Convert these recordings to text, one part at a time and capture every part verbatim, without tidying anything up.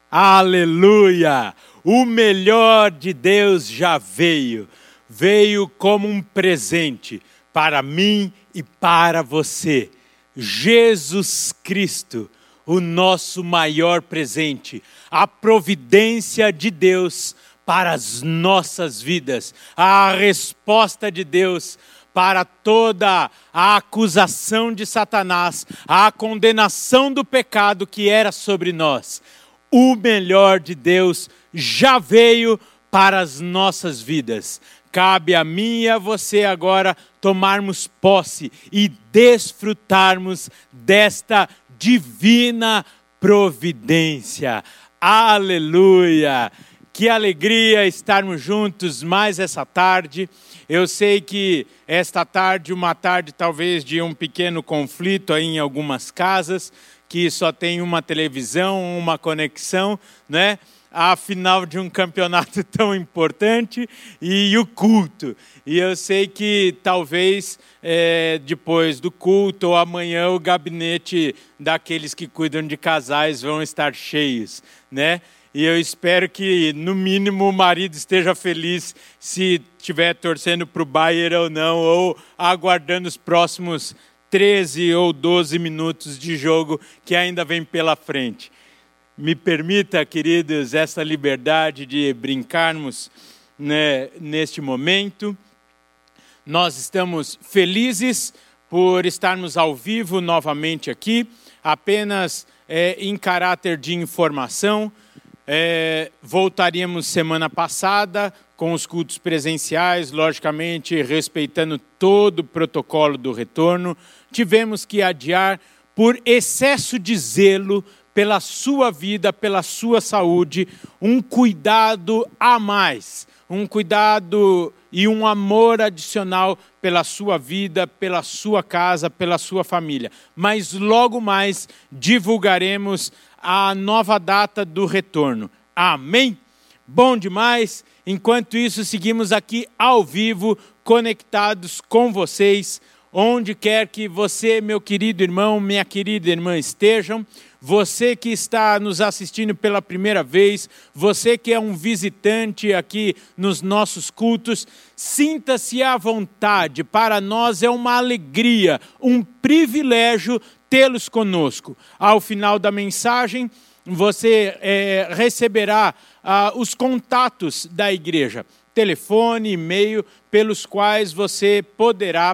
Aleluia! O melhor de Deus já veio. Veio como um presente para mim e para você. Jesus Cristo, o nosso maior presente. A providência de Deus para as nossas vidas. A resposta de Deus para toda a acusação de Satanás. A condenação do pecado que era sobre nós. O melhor de Deus já veio para as nossas vidas. Cabe a mim e a você agora tomarmos posse e desfrutarmos desta divina providência. Aleluia! Que alegria estarmos juntos mais essa tarde. Eu sei que esta tarde, uma tarde talvez de um pequeno conflito aí em algumas casas, que só tem uma televisão, uma conexão, né? A final de um campeonato tão importante e o culto. E eu sei que talvez é, depois do culto ou amanhã o gabinete daqueles que cuidam de casais vão estar cheios, né? E eu espero que, no mínimo, o marido esteja feliz se estiver torcendo para o Bayern ou não, ou aguardando os próximos treze ou doze minutos de jogo que ainda vem pela frente. Me permita, queridos, essa liberdade de brincarmos, né, neste momento. Nós estamos felizes por estarmos ao vivo novamente aqui, apenas é, em caráter de informação. É, voltaríamos semana passada com os cultos presenciais, logicamente respeitando todo o protocolo do retorno. Tivemos que adiar por excesso de zelo pela sua vida, pela sua saúde, um cuidado a mais, um cuidado e um amor adicional pela sua vida, pela sua casa, pela sua família. Mas logo mais divulgaremos a nova data do retorno. Amém? Bom demais. Enquanto isso, seguimos aqui ao vivo, conectados com vocês, onde quer que você, meu querido irmão, minha querida irmã estejam. Você que está nos assistindo pela primeira vez, você que é um visitante aqui nos nossos cultos, sinta-se à vontade. Para nós é uma alegria, um privilégio tê-los conosco. Ao final da mensagem, você é, receberá ah, os contatos da igreja, telefone, e-mail, pelos quais você poderá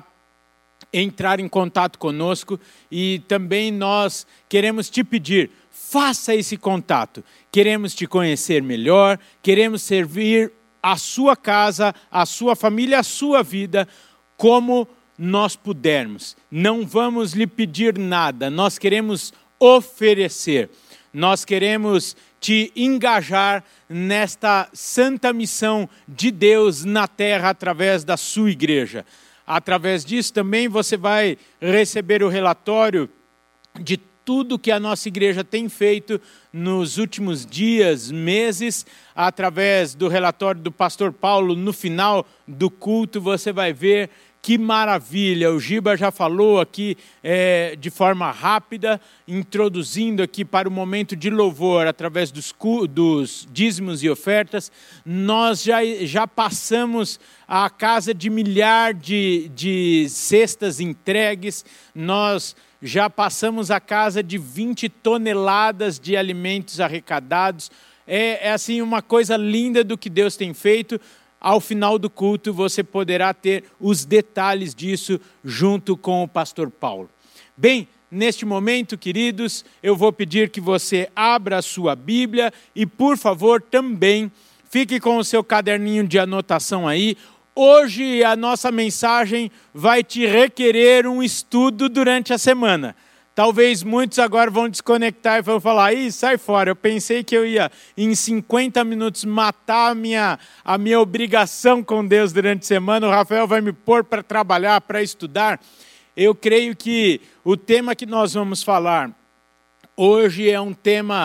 entrar em contato conosco, e também nós queremos te pedir, faça esse contato. Queremos te conhecer melhor, queremos servir a sua casa, a sua família, a sua vida, como nós pudermos. Não vamos lhe pedir nada, nós queremos oferecer. Nós queremos te engajar nesta santa missão de Deus na terra através da sua igreja. Através disso também você vai receber o relatório de tudo que a nossa igreja tem feito nos últimos dias, meses, através do relatório do pastor Paulo. No final do culto você vai ver que maravilha. O Giba já falou aqui é, de forma rápida, introduzindo aqui para o momento de louvor, através dos, dos dízimos e ofertas. Nós já, já passamos a casa de milhar de, de cestas entregues, nós já passamos a casa de vinte toneladas de alimentos arrecadados. É, é assim uma coisa linda do que Deus tem feito. Ao final do culto você poderá ter os detalhes disso junto com o pastor Paulo. Bem, neste momento, queridos, eu vou pedir que você abra a sua Bíblia e, por favor, também fique com o seu caderninho de anotação aí. Hoje a nossa mensagem vai te requerer um estudo durante a semana. Talvez muitos agora vão desconectar e vão falar, ih, sai fora, eu pensei que eu ia em cinquenta minutos matar a minha, a minha obrigação com Deus durante a semana, o Rafael vai me pôr para trabalhar, para estudar. Eu creio que o tema que nós vamos falar hoje é um tema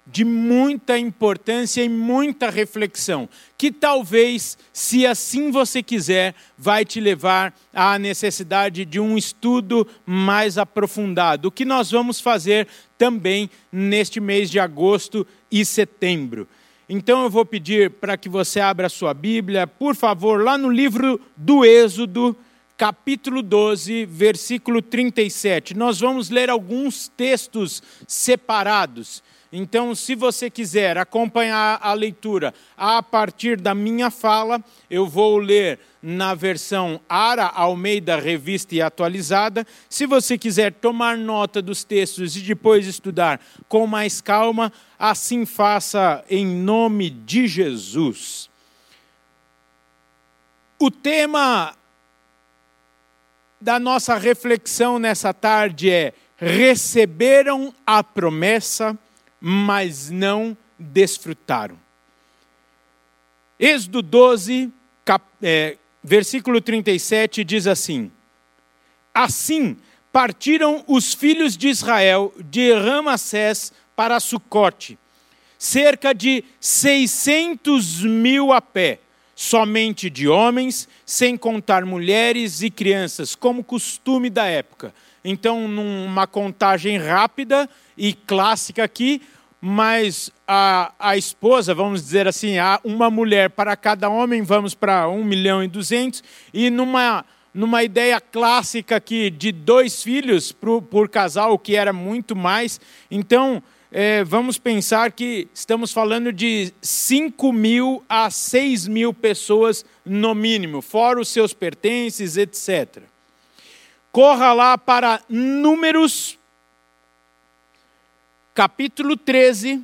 de muita importância e muita reflexão, que talvez, se assim você quiser, vai te levar à necessidade de um estudo mais aprofundado, o que nós vamos fazer também neste mês de agosto e setembro. Então eu vou pedir para que você abra a sua Bíblia, por favor, lá no livro do Êxodo, capítulo doze, versículo trinta e sete. Nós vamos ler alguns textos separados. Então, se você quiser acompanhar a leitura a partir da minha fala, eu vou ler na versão Ara Almeida Revista e Atualizada. Se você quiser tomar nota dos textos e depois estudar com mais calma, assim faça em nome de Jesus. O tema da nossa reflexão nessa tarde é: receberam a promessa, mas não desfrutaram. Êxodo doze, cap, é, versículo trinta e sete diz assim: assim partiram os filhos de Israel de Ramassés para Sucote, cerca de seiscentos mil a pé, somente de homens, sem contar mulheres e crianças, como costume da época. Então, numa contagem rápida e clássica aqui, mas a, a esposa, vamos dizer assim, uma mulher para cada homem, vamos para um milhão e duzentos, e numa, numa ideia clássica aqui de dois filhos por, por casal, o que era muito mais. Então, é, vamos pensar que estamos falando de cinco mil a seis mil pessoas no mínimo, fora os seus pertences, etcétera. Corra lá para Números, capítulo treze,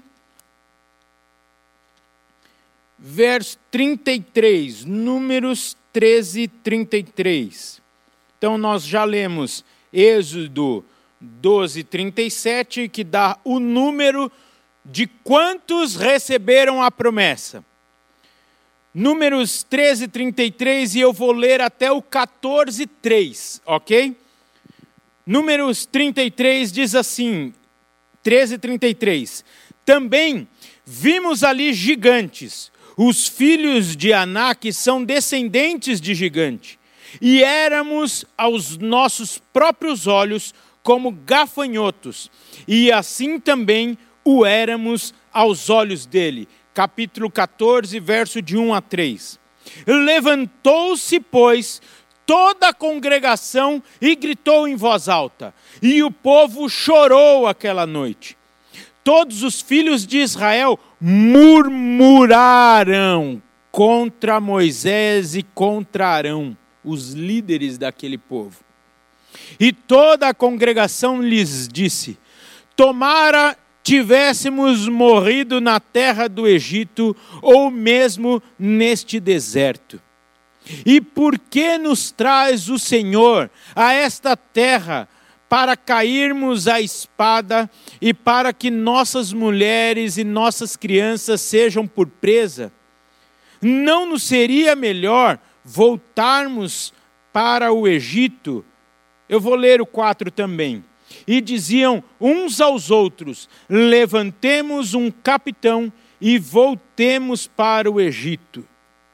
verso trinta e três. Números treze, trinta e três. Então, nós já lemos Êxodo doze, trinta e sete, que dá o número de quantos receberam a promessa. Números treze, trinta e três, e eu vou ler até o quatorze, três, ok? Números trinta e três diz assim, treze, trinta e três. Também vimos ali gigantes, os filhos de Anak são descendentes de gigante, e éramos aos nossos próprios olhos como gafanhotos, e assim também o éramos aos olhos dele. Capítulo quatorze, verso de um a três. Levantou-se, pois, toda a congregação e gritou em voz alta, e o povo chorou aquela noite. Todos os filhos de Israel murmuraram contra Moisés e contra Arão, os líderes daquele povo. E toda a congregação lhes disse: tomara tivéssemos morrido na terra do Egito, ou mesmo neste deserto. E por que nos traz o Senhor a esta terra, para cairmos à espada e para que nossas mulheres e nossas crianças sejam por presa? Não nos seria melhor voltarmos para o Egito? Eu vou ler o quatro também. E diziam uns aos outros: levantemos um capitão e voltemos para o Egito.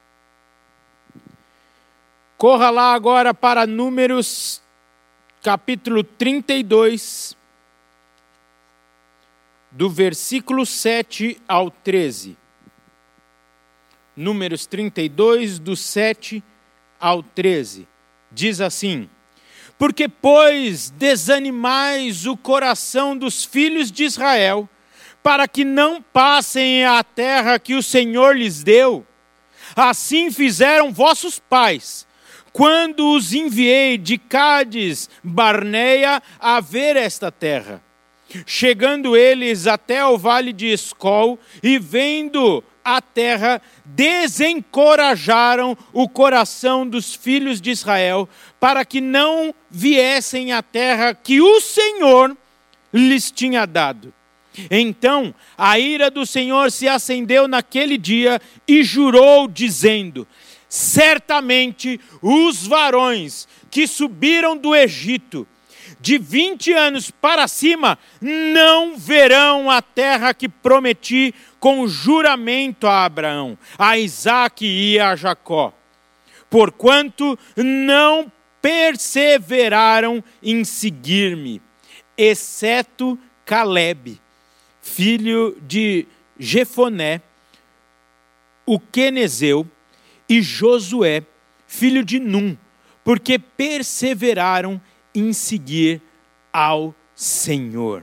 Corra lá agora para Números, capítulo trinta e dois, do versículo sete ao treze. Números trinta e dois, do sete ao treze. Diz assim: porque, pois, desanimais o coração dos filhos de Israel, para que não passem a terra que o Senhor lhes deu, assim fizeram vossos pais, quando os enviei de Cádiz Barneia a ver esta terra. Chegando eles até o vale de Escol e vendo a terra, desencorajaram o coração dos filhos de Israel, para que não viessem à terra que o Senhor lhes tinha dado. Então a ira do Senhor se acendeu naquele dia e jurou, dizendo: certamente os varões que subiram do Egito de vinte anos para cima não verão a terra que prometi com juramento a Abraão, a Isaque e a Jacó, porquanto não perseveraram em seguir-me, exceto Calebe, filho de Jefoné, o quenezeu, e Josué, filho de Num, porque perseveraram em seguir ao Senhor.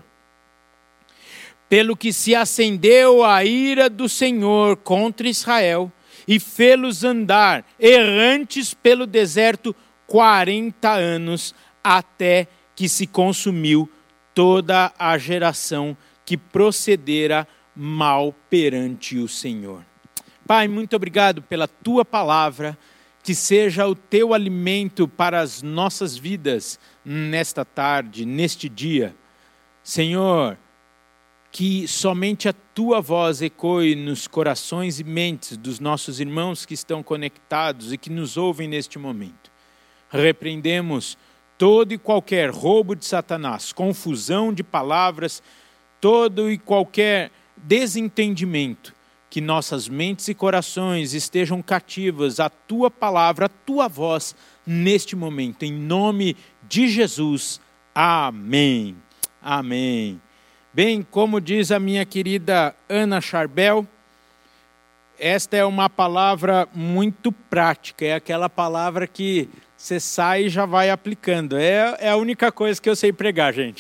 Pelo que se acendeu a ira do Senhor contra Israel, e fê-los andar errantes pelo deserto quarenta anos, até que se consumiu toda a geração que procedera mal perante o Senhor. Pai, muito obrigado pela tua palavra, que seja o teu alimento para as nossas vidas nesta tarde, neste dia. Senhor, que somente a tua voz ecoe nos corações e mentes dos nossos irmãos que estão conectados e que nos ouvem neste momento. Repreendemos todo e qualquer roubo de Satanás, confusão de palavras, todo e qualquer desentendimento, que nossas mentes e corações estejam cativas à tua palavra, à tua voz, neste momento, em nome de Jesus. Amém. Amém. Bem, como diz a minha querida Ana Charbel, esta é uma palavra muito prática, é aquela palavra que você sai e já vai aplicando. É, é a única coisa que eu sei pregar, gente.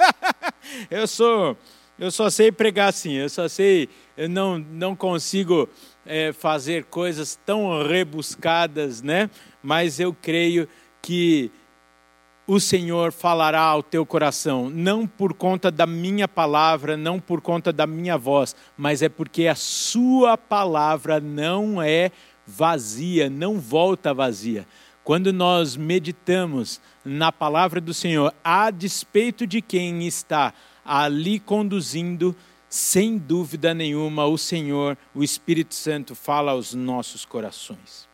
eu sou... Eu só sei pregar assim, eu só sei, eu não, não consigo é, fazer coisas tão rebuscadas, né? Mas eu creio que o Senhor falará ao teu coração, não por conta da minha palavra, não por conta da minha voz, mas é porque a sua palavra não é vazia, não volta vazia. Quando nós meditamos na palavra do Senhor, a despeito de quem está ali conduzindo, sem dúvida nenhuma, o Senhor, o Espírito Santo, fala aos nossos corações.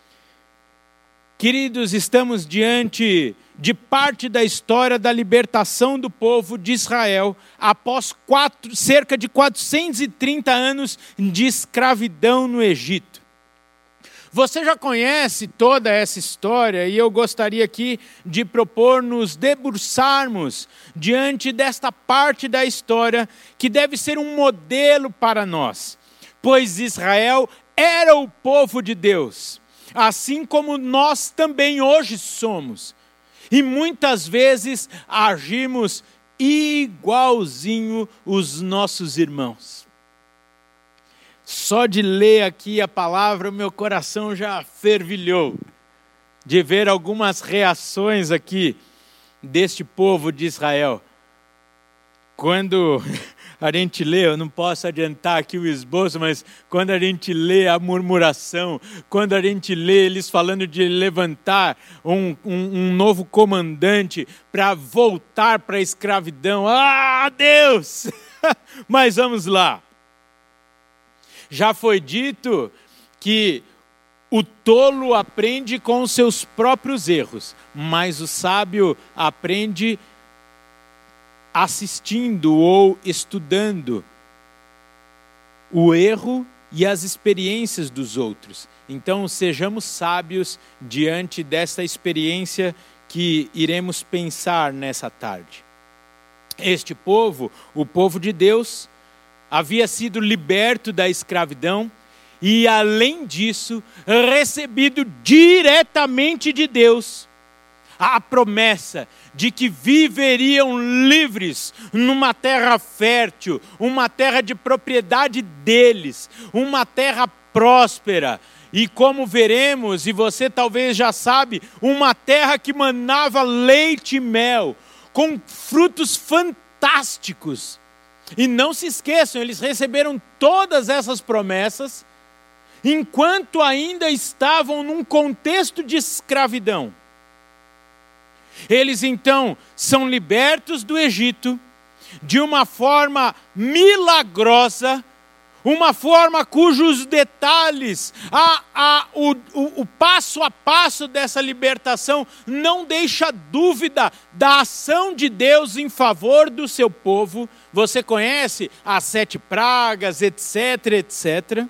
Queridos, estamos diante de parte da história da libertação do povo de Israel após quatro, cerca de quatrocentos e trinta anos de escravidão no Egito. Você já conhece toda essa história e eu gostaria aqui de propor nos debruçarmos diante desta parte da história que deve ser um modelo para nós, pois Israel era o povo de Deus, assim como nós também hoje somos, e muitas vezes agimos igualzinho os nossos irmãos. Só de ler aqui a palavra, o meu coração já fervilhou, de ver algumas reações aqui deste povo de Israel. Quando a gente lê, eu não posso adiantar aqui o esboço, mas quando a gente lê a murmuração, quando a gente lê eles falando de levantar um, um, um novo comandante para voltar para a escravidão, ah, Deus! Mas vamos lá. Já foi dito que o tolo aprende com os seus próprios erros, mas o sábio aprende assistindo ou estudando o erro e as experiências dos outros. Então, sejamos sábios diante dessa experiência que iremos pensar nessa tarde. Este povo, o povo de Deus, havia sido liberto da escravidão e, além disso, recebido diretamente de Deus a promessa de que viveriam livres numa terra fértil, uma terra de propriedade deles, uma terra próspera. E como veremos, e você talvez já sabe, uma terra que manava leite e mel, com frutos fantásticos. E não se esqueçam, eles receberam todas essas promessas enquanto ainda estavam num contexto de escravidão. Eles então são libertos do Egito de uma forma milagrosa, Uma forma cujos detalhes, a, a, o, o, o passo a passo dessa libertação não deixa dúvida da ação de Deus em favor do seu povo. Você conhece as sete pragas, etc, etcétera.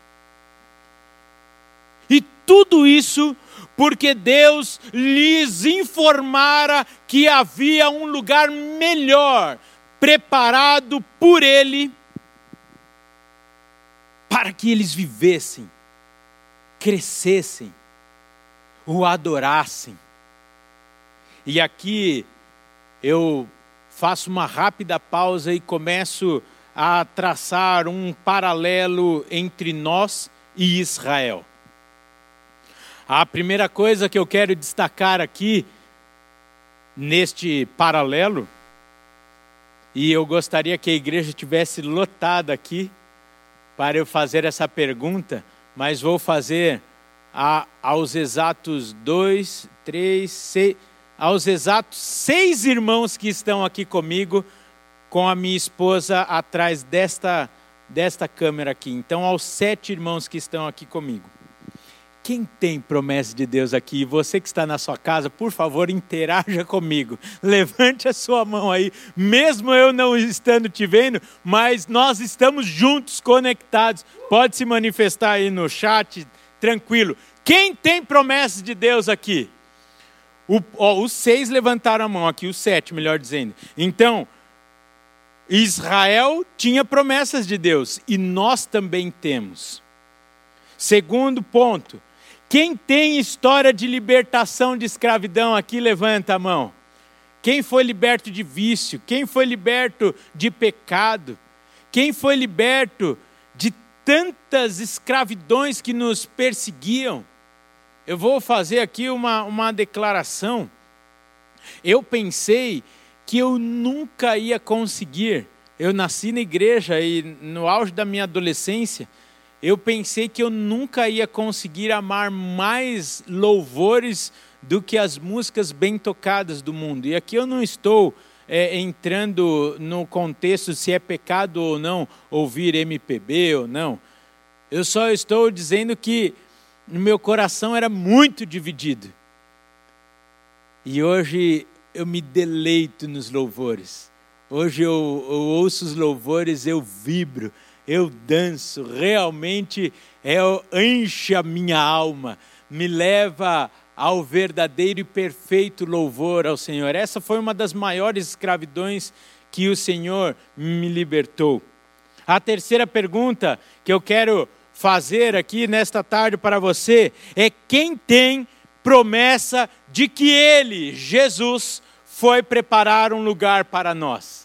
E tudo isso porque Deus lhes informara que havia um lugar melhor, preparado por Ele, para que eles vivessem, crescessem, o adorassem. E aqui eu faço uma rápida pausa e começo a traçar um paralelo entre nós e Israel. A primeira coisa que eu quero destacar aqui, neste paralelo, e eu gostaria que a igreja estivesse lotada aqui, para eu fazer essa pergunta, mas vou fazer a, aos exatos dois, três, seis, aos exatos seis irmãos que estão aqui comigo, com a minha esposa atrás desta, desta câmera aqui. Então, aos sete irmãos que estão aqui comigo. Quem tem promessa de Deus aqui? Você que está na sua casa, por favor, interaja comigo. Levante a sua mão aí, mesmo eu não estando te vendo, mas nós estamos juntos, conectados. Pode se manifestar aí no chat, tranquilo. Quem tem promessa de Deus aqui? O, ó, os seis levantaram a mão aqui, os sete, melhor dizendo. Então, Israel tinha promessas de Deus e nós também temos. Segundo ponto. Quem tem história de libertação de escravidão aqui, levanta a mão. Quem foi liberto de vício? Quem foi liberto de pecado? Quem foi liberto de tantas escravidões que nos perseguiam? Eu vou fazer aqui uma, uma declaração. Eu pensei que eu nunca ia conseguir. Eu nasci na igreja e no auge da minha adolescência, eu pensei que eu nunca ia conseguir amar mais louvores do que as músicas bem tocadas do mundo. E aqui eu não estou é, entrando no contexto se é pecado ou não ouvir M P B ou não. Eu só estou dizendo que o meu coração era muito dividido. E hoje eu me deleito nos louvores. Hoje eu, eu ouço os louvores, eu vibro. Eu danço, realmente é, enche a minha alma, me leva ao verdadeiro e perfeito louvor ao Senhor. Essa foi uma das maiores escravidões que o Senhor me libertou. A terceira pergunta que eu quero fazer aqui nesta tarde para você é: quem tem promessa de que Ele, Jesus, foi preparar um lugar para nós?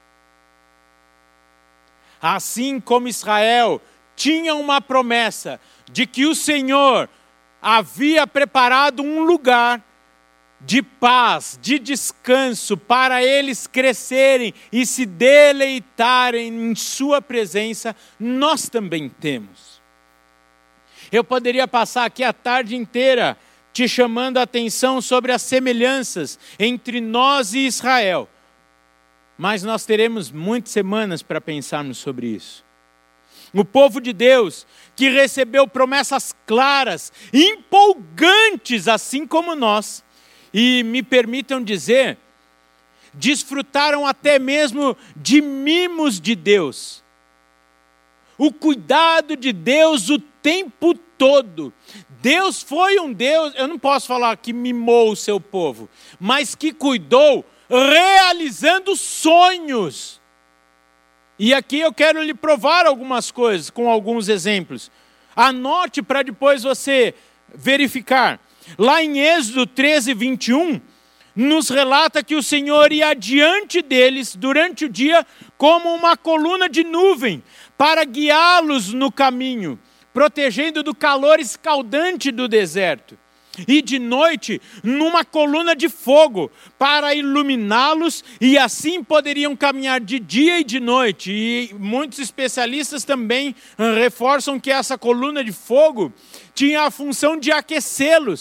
Assim como Israel tinha uma promessa de que o Senhor havia preparado um lugar de paz, de descanso, para eles crescerem e se deleitarem em sua presença, nós também temos. Eu poderia passar aqui a tarde inteira te chamando a atenção sobre as semelhanças entre nós e Israel. Mas nós teremos muitas semanas para pensarmos sobre isso. O povo de Deus, que recebeu promessas claras, empolgantes, assim como nós, e me permitam dizer, desfrutaram até mesmo de mimos de Deus. O cuidado de Deus o tempo todo. Deus foi um Deus, eu não posso falar que mimou o seu povo, mas que cuidou, realizando sonhos. E aqui eu quero lhe provar algumas coisas com alguns exemplos. Anote para depois você verificar. Lá em Êxodo treze, vinte e um, nos relata que o Senhor ia adiante deles durante o dia como uma coluna de nuvem para guiá-los no caminho, protegendo do calor escaldante do deserto. E de noite, numa coluna de fogo, para iluminá-los, e assim poderiam caminhar de dia e de noite. E muitos especialistas também reforçam que essa coluna de fogo tinha a função de aquecê-los,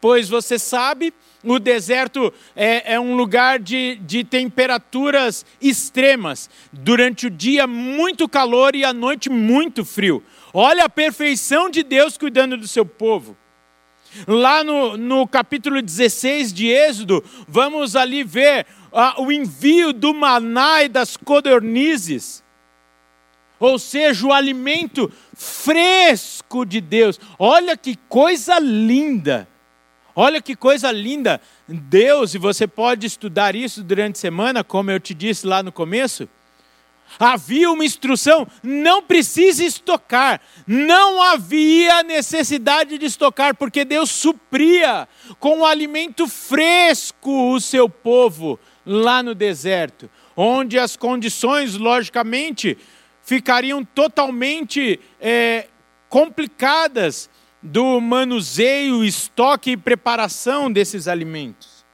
pois você sabe, o deserto é, é um lugar de, de temperaturas extremas. Durante o dia, muito calor e à noite, muito frio. Olha a perfeição de Deus cuidando do seu povo. Lá no, no capítulo dezesseis de Êxodo, vamos ali ver ah, o envio do maná e das codornizes. Ou seja, o alimento fresco de Deus. Olha que coisa linda. Olha que coisa linda. Deus, e você pode estudar isso durante a semana, como eu te disse lá no começo. Havia uma instrução, não precisa estocar. Não havia necessidade de estocar, porque Deus supria com o alimento fresco o seu povo lá no deserto. Onde as condições, logicamente, ficariam totalmente é, complicadas do manuseio, estoque e preparação desses alimentos.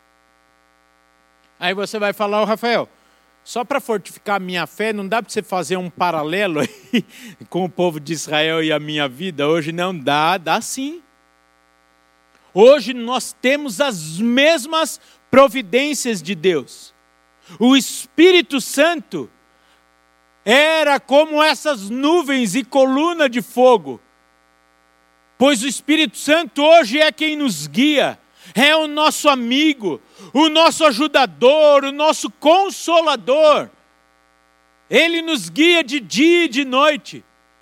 Aí você vai falar, ô Rafael, só para fortificar a minha fé, não dá para você fazer um paralelo aí com o povo de Israel e a minha vida? Hoje não dá, dá sim. Hoje nós temos as mesmas providências de Deus. O Espírito Santo era como essas nuvens e coluna de fogo. Pois o Espírito Santo hoje é quem nos guia, é o nosso amigo, o nosso ajudador, o nosso consolador. Ele nos guia de dia e de noite.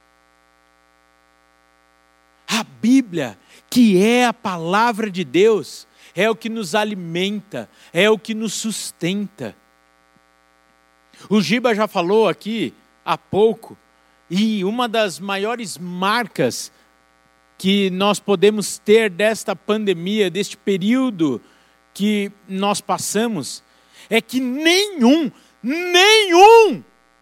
A Bíblia, que é a palavra de Deus, é o que nos alimenta, é o que nos sustenta. O Giba já falou aqui há pouco, e uma das maiores marcas que nós podemos ter desta pandemia, deste período que nós passamos, é que nenhum, nenhum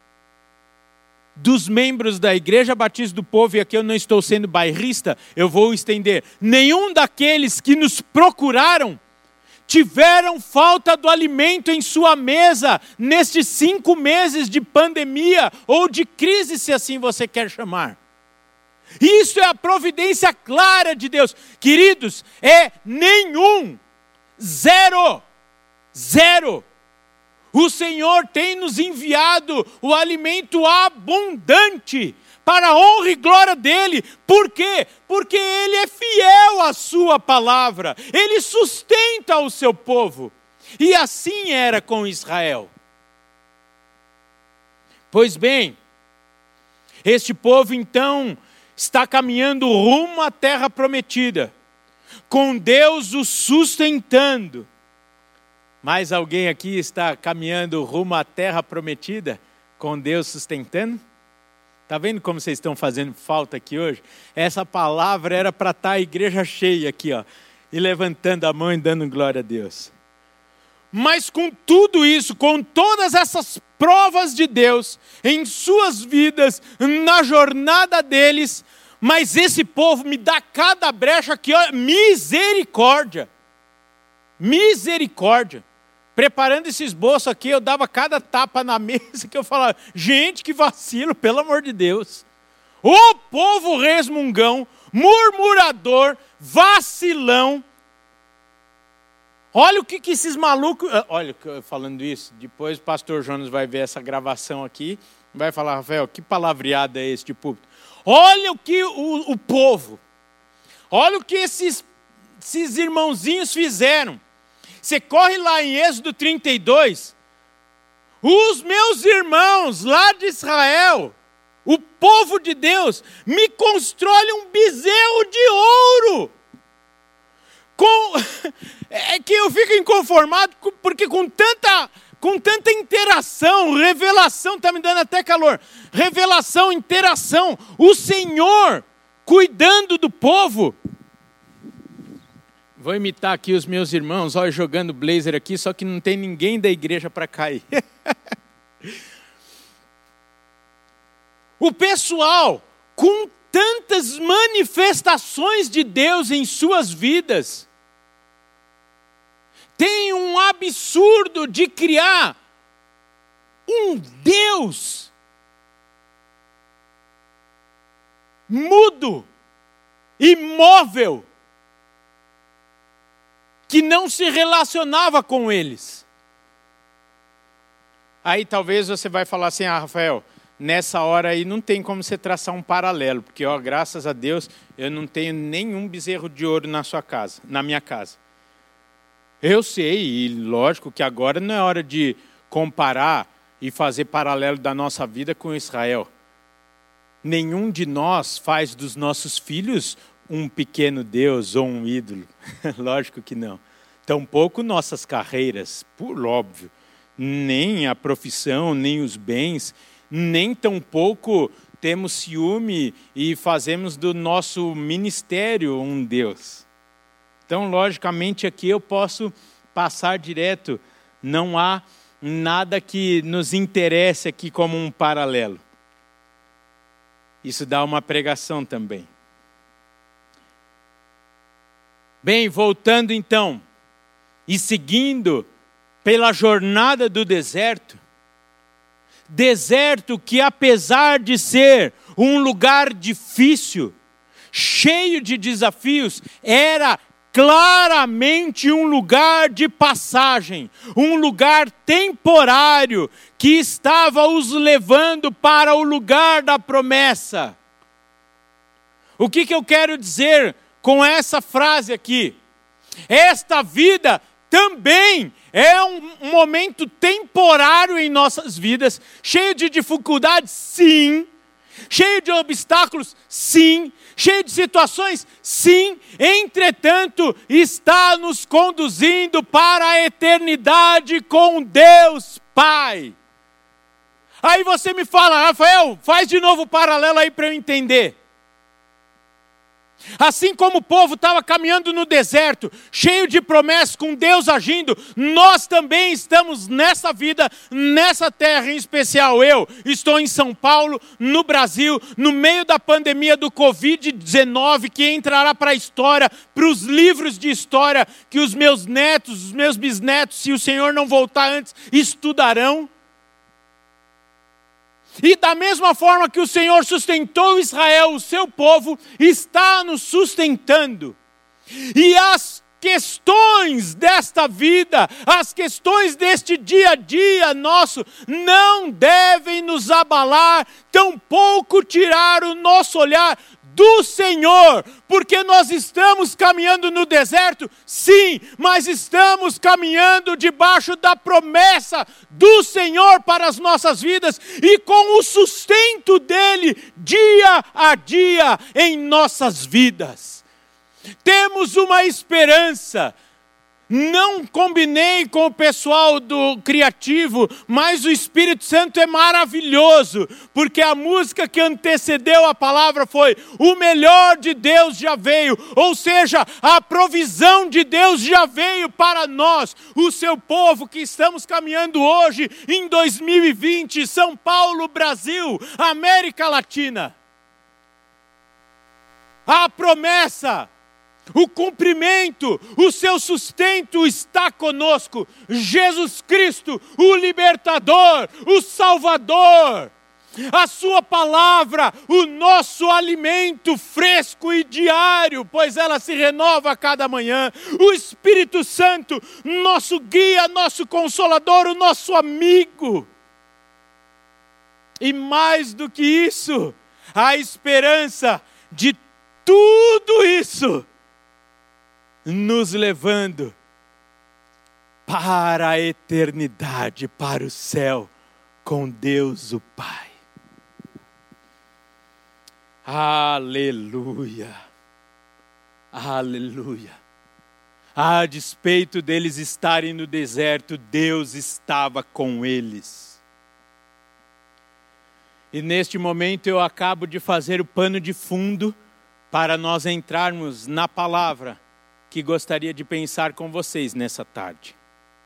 dos membros da Igreja Batista do Povo, e aqui eu não estou sendo bairrista, eu vou estender, nenhum daqueles que nos procuraram tiveram falta do alimento em sua mesa nestes cinco meses de pandemia ou de crise, se assim você quer chamar. Isso é a providência clara de Deus. Queridos, é nenhum, zero, zero. O Senhor tem nos enviado o alimento abundante para a honra e glória dEle. Por quê? Porque Ele é fiel à sua palavra. Ele sustenta o seu povo. E assim era com Israel. Pois bem, este povo então está caminhando rumo à terra prometida, com Deus o sustentando. Mais alguém aqui está caminhando rumo à terra prometida, com Deus sustentando? Está vendo como vocês estão fazendo falta aqui hoje? Essa palavra era para estar a igreja cheia aqui, ó, e levantando a mão e dando glória a Deus. Mas com tudo isso, com todas essas provas de Deus em suas vidas, na jornada deles, mas esse povo me dá cada brecha aqui, ó, misericórdia. Misericórdia. Preparando esse esboço aqui, eu dava cada tapa na mesa que eu falava, gente, que vacilo, pelo amor de Deus. O povo resmungão, murmurador, vacilão. Olha o que, que esses malucos... Olha, falando isso, depois o pastor Jonas vai ver essa gravação aqui, vai falar, Rafael, que palavreada é esse de púlpito? Olha o que o, o povo, olha o que esses, esses irmãozinhos fizeram. Você corre lá em Êxodo trinta e dois, os meus irmãos lá de Israel, o povo de Deus, me constrói um bezerro de ouro. Com... É que eu fico inconformado, porque com tanta, com tanta interação, revelação, está me dando até calor, revelação, interação, o Senhor cuidando do povo. Vou imitar aqui os meus irmãos, olha, jogando blazer aqui, só que não tem ninguém da igreja para cair. O pessoal, com tantas manifestações de Deus em suas vidas, tem um absurdo de criar um Deus mudo, imóvel, que não se relacionava com eles. Aí talvez você vai falar assim, ah, Rafael, nessa hora aí não tem como você traçar um paralelo, porque ó, graças a Deus eu não tenho nenhum bezerro de ouro na sua casa, na minha casa. Eu sei, e lógico que agora não é hora de comparar e fazer paralelo da nossa vida com Israel. Nenhum de nós faz dos nossos filhos um pequeno Deus ou um ídolo. Lógico que não. Tampouco nossas carreiras, por óbvio. Nem a profissão, nem os bens, nem tampouco temos ciúme e fazemos do nosso ministério um Deus. Então, logicamente, aqui eu posso passar direto. Não há nada que nos interesse aqui como um paralelo. Isso dá uma pregação também. Bem, voltando então, e seguindo pela jornada do deserto, deserto que apesar de ser um lugar difícil, cheio de desafios, era claramente um lugar de passagem, um lugar temporário que estava os levando para o lugar da promessa. O que que eu quero dizer com essa frase aqui? Esta vida também é um momento temporário em nossas vidas, cheio de dificuldades, sim, cheio de obstáculos, sim, cheio de situações, sim, entretanto, está nos conduzindo para a eternidade com Deus Pai. Aí você me fala, Rafael, faz de novo o paralelo aí para eu entender. Assim como o povo estava caminhando no deserto, cheio de promessas, com Deus agindo, nós também estamos nessa vida, nessa terra em especial. Eu estou em São Paulo, no Brasil, no meio da pandemia do covid dezenove, que entrará para a história, para os livros de história, que os meus netos, os meus bisnetos, se o Senhor não voltar antes, estudarão. E da mesma forma que o Senhor sustentou Israel, o seu povo, está nos sustentando. E as questões desta vida, as questões deste dia a dia nosso, não devem nos abalar, tampouco tirar o nosso olhar do Senhor, porque nós estamos caminhando no deserto, sim, mas estamos caminhando debaixo da promessa do Senhor para as nossas vidas e com o sustento dele dia a dia em nossas vidas. Temos uma esperança. Não combinei com o pessoal do criativo, mas o Espírito Santo é maravilhoso, porque a música que antecedeu a palavra foi o melhor de Deus já veio, ou seja, a provisão de Deus já veio para nós, o seu povo que estamos caminhando hoje em dois mil e vinte, São Paulo, Brasil, América Latina. A promessa, o cumprimento, o seu sustento está conosco. Jesus Cristo, o libertador, o salvador. A sua palavra, o nosso alimento fresco e diário, pois ela se renova a cada manhã. O Espírito Santo, nosso guia, nosso consolador, o nosso amigo. E mais do que isso, a esperança de tudo isso nos levando para a eternidade, para o céu, com Deus o Pai. Aleluia, aleluia. A despeito deles estarem no deserto, Deus estava com eles. E neste momento eu acabo de fazer o pano de fundo para nós entrarmos na palavra que gostaria de pensar com vocês nessa tarde.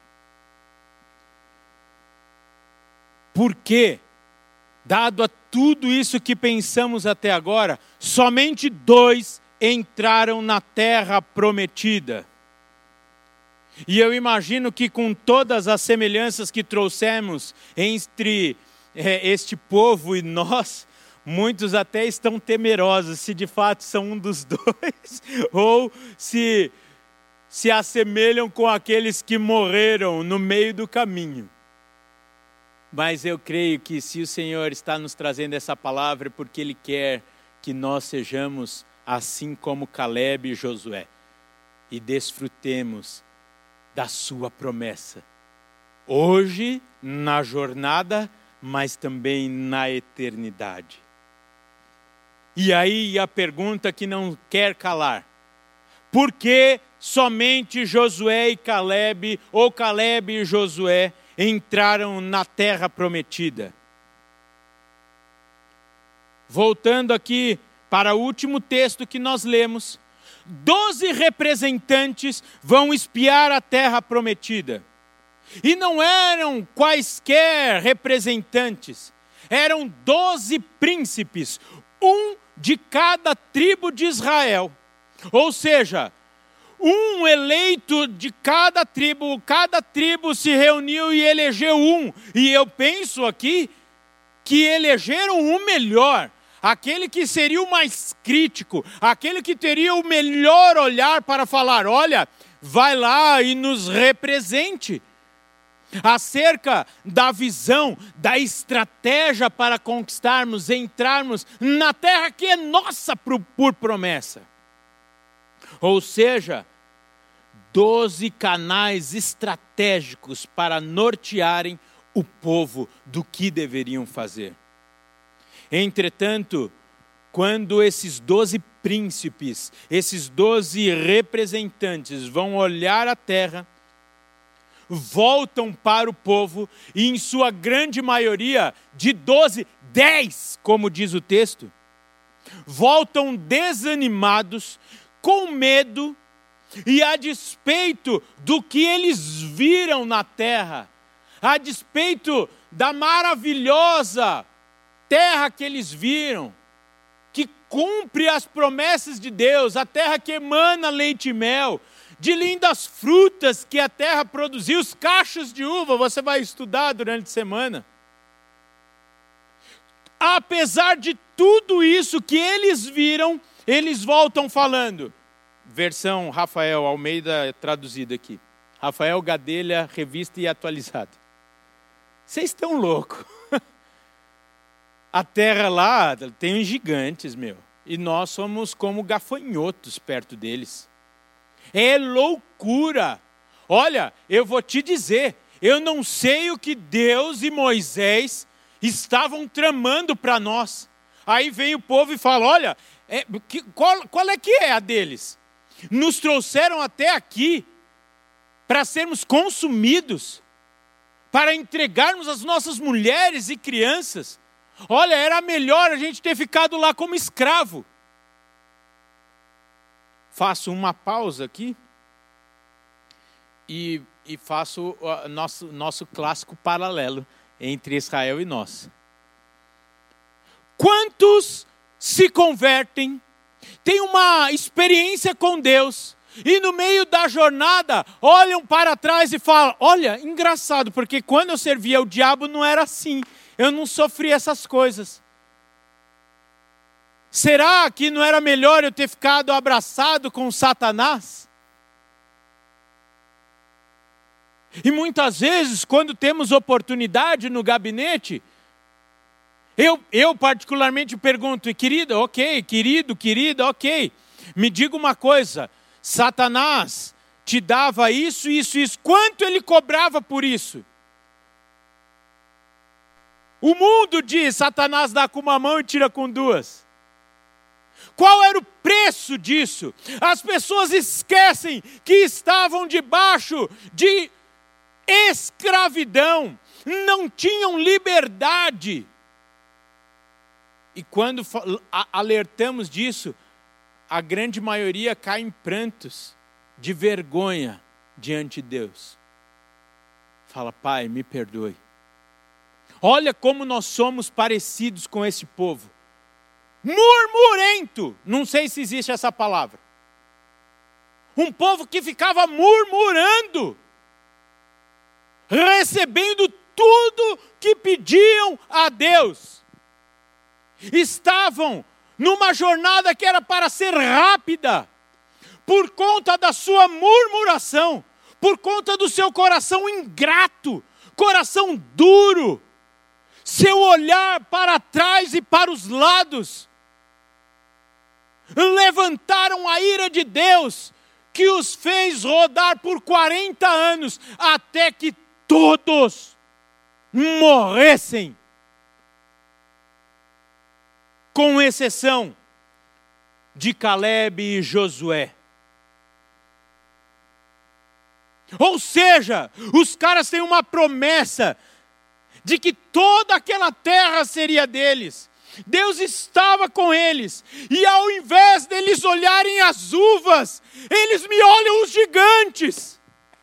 Por quê? Dado a tudo isso que pensamos até agora, somente dois entraram na terra prometida. E eu imagino que com todas as semelhanças que trouxemos entre é, este povo e nós, muitos até estão temerosos se de fato são um dos dois, ou se se assemelham com aqueles que morreram no meio do caminho. Mas eu creio que se o Senhor está nos trazendo essa palavra, é porque Ele quer que nós sejamos assim como Calebe e Josué, e desfrutemos da sua promessa, hoje, na jornada, mas também na eternidade. E aí a pergunta que não quer calar: por que somente Josué e Calebe, ou Calebe e Josué, entraram na terra prometida? Voltando aqui para o último texto que nós lemos, doze representantes vão espiar a terra prometida. E não eram quaisquer representantes, eram doze príncipes, um de cada tribo de Israel. Ou seja, um eleito de cada tribo, cada tribo se reuniu e elegeu um. E eu penso aqui que elegeram o melhor, aquele que seria o mais crítico, aquele que teria o melhor olhar para falar: olha, vai lá e nos represente. Acerca da visão, da estratégia para conquistarmos, entrarmos na terra que é nossa por, por promessa. Ou seja, doze canais estratégicos para nortearem o povo do que deveriam fazer. Entretanto, quando esses doze príncipes, esses doze representantes vão olhar a terra, voltam para o povo, e em sua grande maioria, de doze, dez, como diz o texto, voltam desanimados, com medo, e a despeito do que eles viram na terra, a despeito da maravilhosa terra que eles viram, que cumpre as promessas de Deus, a terra que emana leite e mel, de lindas frutas que a terra produziu, os cachos de uva, você vai estudar durante a semana. Apesar de tudo isso que eles viram, eles voltam falando. Versão Rafael Almeida traduzida aqui. Rafael Gadelha, revista e atualizada. Vocês estão loucos. A terra lá tem gigantes, meu. E nós somos como gafanhotos perto deles. É loucura. Olha, eu vou te dizer, eu não sei o que Deus e Moisés estavam tramando para nós. Aí vem o povo e fala: olha, é, que, qual, qual é que é a deles? Nos trouxeram até aqui para sermos consumidos, para entregarmos as nossas mulheres e crianças. Olha, era melhor a gente ter ficado lá como escravo. Faço uma pausa aqui e, e faço o nosso, nosso clássico paralelo entre Israel e nós. Quantos se convertem, têm uma experiência com Deus e no meio da jornada olham para trás e falam: olha, engraçado, porque quando eu servia o diabo não era assim, eu não sofri essas coisas. Será que não era melhor eu ter ficado abraçado com Satanás? E muitas vezes, quando temos oportunidade no gabinete, eu, eu particularmente pergunto: querida, ok, querido, querida, ok, me diga uma coisa, Satanás te dava isso, isso, isso, quanto ele cobrava por isso? O mundo diz: Satanás dá com uma mão e tira com duas. Qual era o preço disso? As pessoas esquecem que estavam debaixo de escravidão, não tinham liberdade. E quando alertamos disso, a grande maioria cai em prantos de vergonha diante de Deus. Fala: Pai, me perdoe. Olha como nós somos parecidos com esse povo. Murmurento, não sei se existe essa palavra. Um povo que ficava murmurando, recebendo tudo que pediam a Deus. Estavam numa jornada que era para ser rápida, por conta da sua murmuração, por conta do seu coração ingrato, coração duro, seu olhar para trás e para os lados, levantaram a ira de Deus, que os fez rodar por quarenta anos, até que todos morressem, com exceção de Calebe e Josué. Ou seja, os caras têm uma promessa de que toda aquela terra seria deles. Deus estava com eles, e ao invés deles olharem as uvas, eles me olham os gigantes.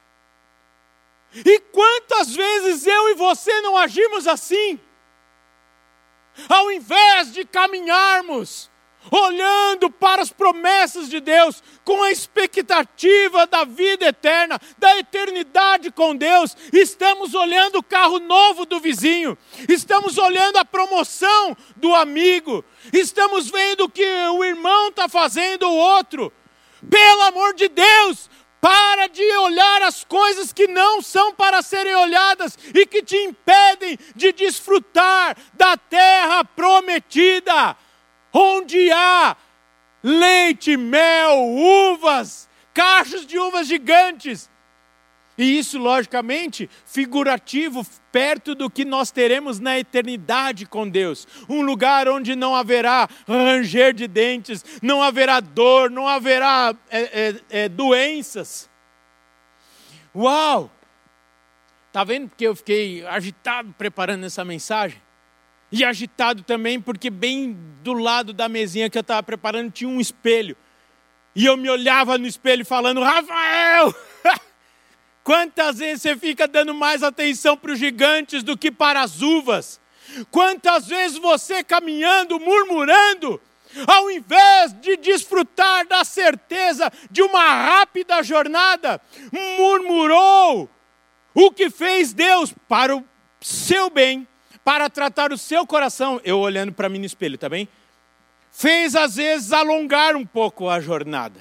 E quantas vezes eu e você não agimos assim? Ao invés de caminharmos, olhando para as promessas de Deus, com a expectativa da vida eterna, da eternidade com Deus, estamos olhando o carro novo do vizinho, estamos olhando a promoção do amigo, estamos vendo o que o irmão está fazendo, o outro. Pelo amor de Deus, para de olhar as coisas que não são para serem olhadas e que te impedem de desfrutar da terra prometida, onde há leite, mel, uvas, cachos de uvas gigantes. E isso, logicamente, figurativo, perto do que nós teremos na eternidade com Deus. Um lugar onde não haverá ranger de dentes, não haverá dor, não haverá é, é, é, doenças. Uau! Está vendo porque eu fiquei agitado preparando essa mensagem? E agitado também porque bem do lado da mesinha que eu estava preparando tinha um espelho. E eu me olhava no espelho falando: Rafael, quantas vezes você fica dando mais atenção para os gigantes do que para as uvas? Quantas vezes você caminhando, murmurando, ao invés de desfrutar da certeza de uma rápida jornada, murmurou o que fez Deus para o seu bem, para tratar o seu coração, eu olhando para mim no espelho, tá bem? Fez às vezes alongar um pouco a jornada.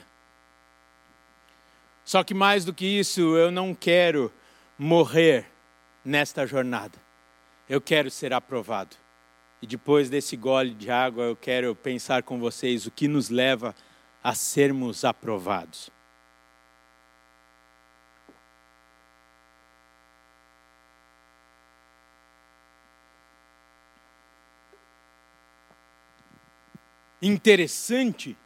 Só que mais do que isso, eu não quero morrer nesta jornada. Eu quero ser aprovado. E depois desse gole de água, eu quero pensar com vocês o que nos leva a sermos aprovados. Interessante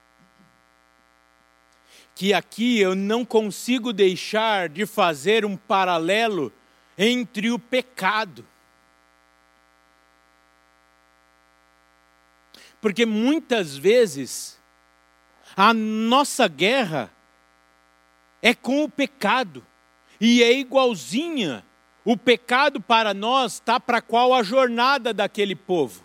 que aqui eu não consigo deixar de fazer um paralelo entre o pecado. Porque muitas vezes a nossa guerra é com o pecado e é igualzinha. O pecado para nós está para qual a jornada daquele povo.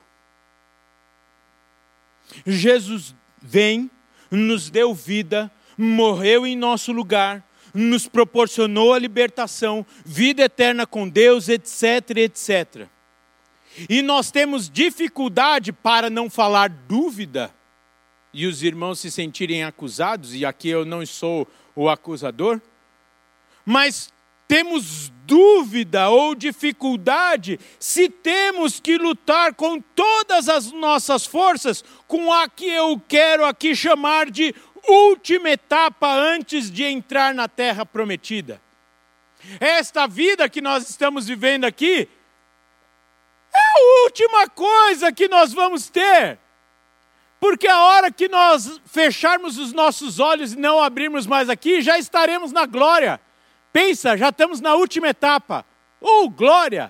Jesus vem, nos deu vida, morreu em nosso lugar, nos proporcionou a libertação, vida eterna com Deus, etc, etcétera. E nós temos dificuldade para não falar dúvida, e os irmãos se sentirem acusados, e aqui eu não sou o acusador, mas temos dúvida ou dificuldade se temos que lutar com todas as nossas forças com a que eu quero aqui chamar de última etapa antes de entrar na terra prometida. Esta vida que nós estamos vivendo aqui é a última coisa que nós vamos ter. Porque a hora que nós fecharmos os nossos olhos e não abrirmos mais aqui, já estaremos na glória. Pensa, já estamos na última etapa. Oh, glória!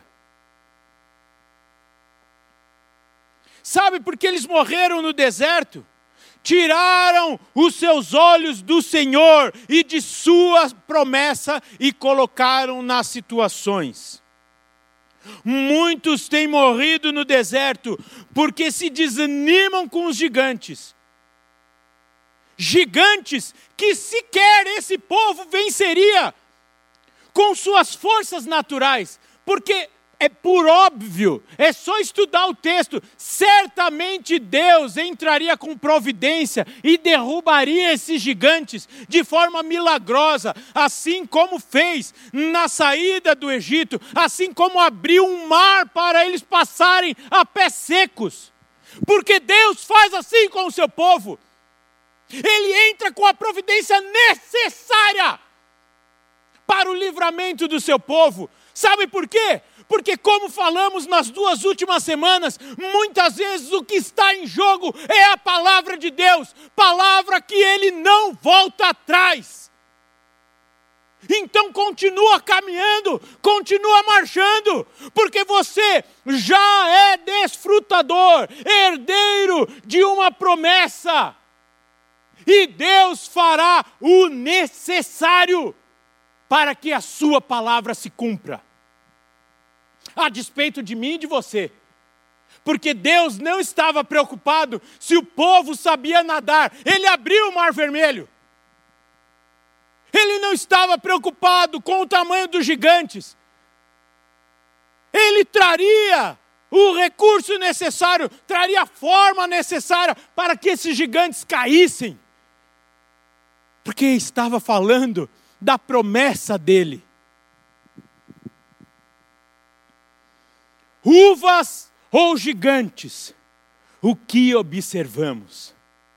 Sabe por que eles morreram no deserto? Tiraram os seus olhos do Senhor e de sua promessa e colocaram nas situações. Muitos têm morrido no deserto porque se desanimam com os gigantes. Gigantes que sequer esse povo venceria com suas forças naturais, porque É por óbvio, é só estudar o texto. Certamente Deus entraria com providência e derrubaria esses gigantes de forma milagrosa, assim como fez na saída do Egito, assim como abriu um mar para eles passarem a pés secos. Porque Deus faz assim com o seu povo. Ele entra com a providência necessária para o livramento do seu povo. Sabe por quê? Porque, como falamos nas duas últimas semanas, muitas vezes o que está em jogo é a palavra de Deus, palavra que Ele não volta atrás. Então continua caminhando, continua marchando, porque você já é desfrutador, herdeiro de uma promessa. E Deus fará o necessário para que a sua palavra se cumpra. A despeito de mim e de você. Porque Deus não estava preocupado se o povo sabia nadar. Ele abriu o Mar Vermelho. Ele não estava preocupado com o tamanho dos gigantes. Ele traria o recurso necessário, traria a forma necessária para que esses gigantes caíssem. Porque estava falando da promessa dele. Uvas ou gigantes, o que observamos?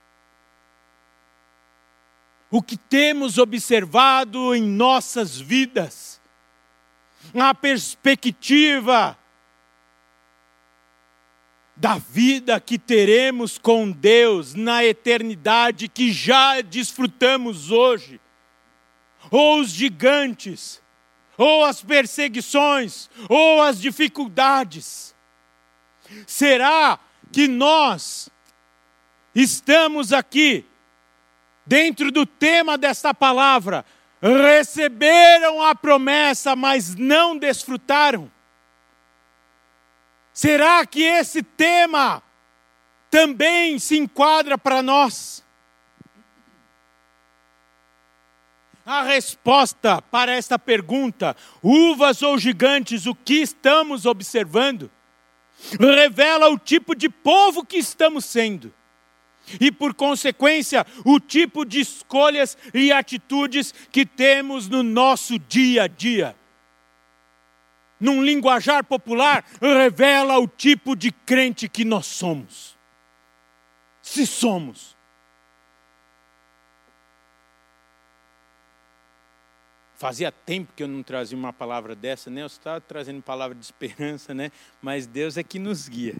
O que temos observado em nossas vidas? A perspectiva da vida que teremos com Deus na eternidade que já desfrutamos hoje? Ou os gigantes? Ou as perseguições, ou as dificuldades. Será que nós estamos aqui, dentro do tema desta palavra, receberam a promessa, mas não desfrutaram? Será que esse tema também se enquadra para nós? A resposta para esta pergunta, uvas ou gigantes, o que estamos observando, revela o tipo de povo que estamos sendo. E, por consequência, o tipo de escolhas e atitudes que temos no nosso dia a dia. Num linguajar popular, revela o tipo de crente que nós somos. Se somos. Fazia tempo que eu não trazia uma palavra dessa, né? Eu estava trazendo palavra de esperança, né? Mas Deus é que nos guia.